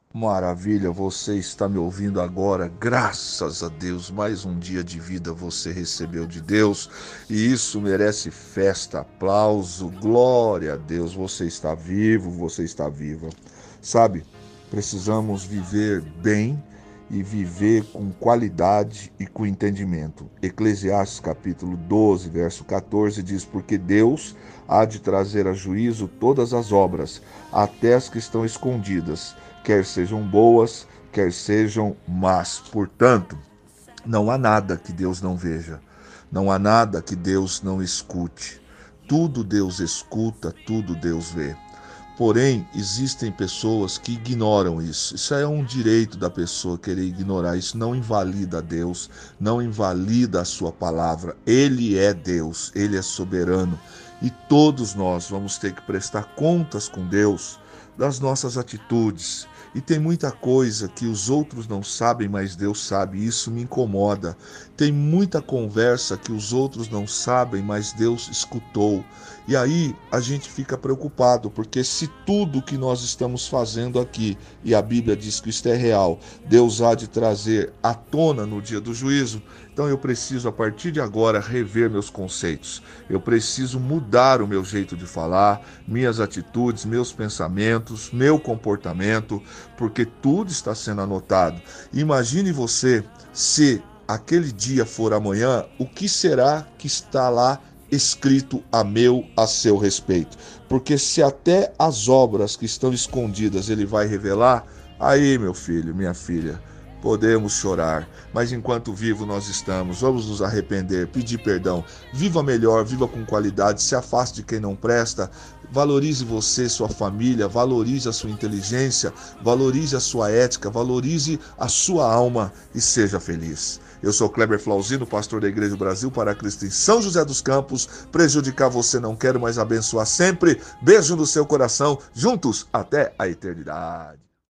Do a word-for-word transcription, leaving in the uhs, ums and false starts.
Maravilha, você está me ouvindo agora. Graças a Deus, mais um dia de vida você recebeu de Deus e isso merece festa, aplauso, glória a Deus. Você está vivo, você está viva. Sabe, precisamos viver bem e viver com qualidade e com entendimento. Eclesiastes capítulo doze, verso quatorze diz: Porque Deus há de trazer a juízo todas as obras, até as que estão escondidas, quer sejam boas, quer sejam más. Portanto, não há nada que Deus não veja, não há nada que Deus não escute. Tudo Deus escuta, tudo Deus vê. Porém, existem pessoas que ignoram isso. Isso é um direito da pessoa querer ignorar. Isso não invalida Deus, não invalida a sua palavra. Ele é Deus, ele é soberano. E todos nós vamos ter que prestar contas com Deus das nossas atitudes. E tem muita coisa que os outros não sabem, mas Deus sabe, e isso me incomoda. Tem muita conversa que os outros não sabem, mas Deus escutou. E aí a gente fica preocupado, porque se tudo que nós estamos fazendo aqui, e a Bíblia diz que isto é real, Deus há de trazer à tona no dia do juízo, então eu preciso a partir de agora rever meus conceitos. Eu preciso mudar o meu jeito de falar, minhas atitudes, meus pensamentos, meu comportamento, porque tudo está sendo anotado. Imagine você, se aquele dia for amanhã, o que será que está lá escrito a meu, a seu respeito? Porque se até as obras que estão escondidas ele vai revelar, aí, meu filho, minha filha, podemos chorar, mas enquanto vivo nós estamos, vamos nos arrepender, pedir perdão, viva melhor, viva com qualidade, se afaste de quem não presta, valorize você, sua família, valorize a sua inteligência, valorize a sua ética, valorize a sua alma e seja feliz. Eu sou Kleber Flauzino, pastor da Igreja do Brasil para Cristo em São José dos Campos. Prejudicar você não quero, mas abençoar sempre. Beijo no seu coração, juntos até a eternidade.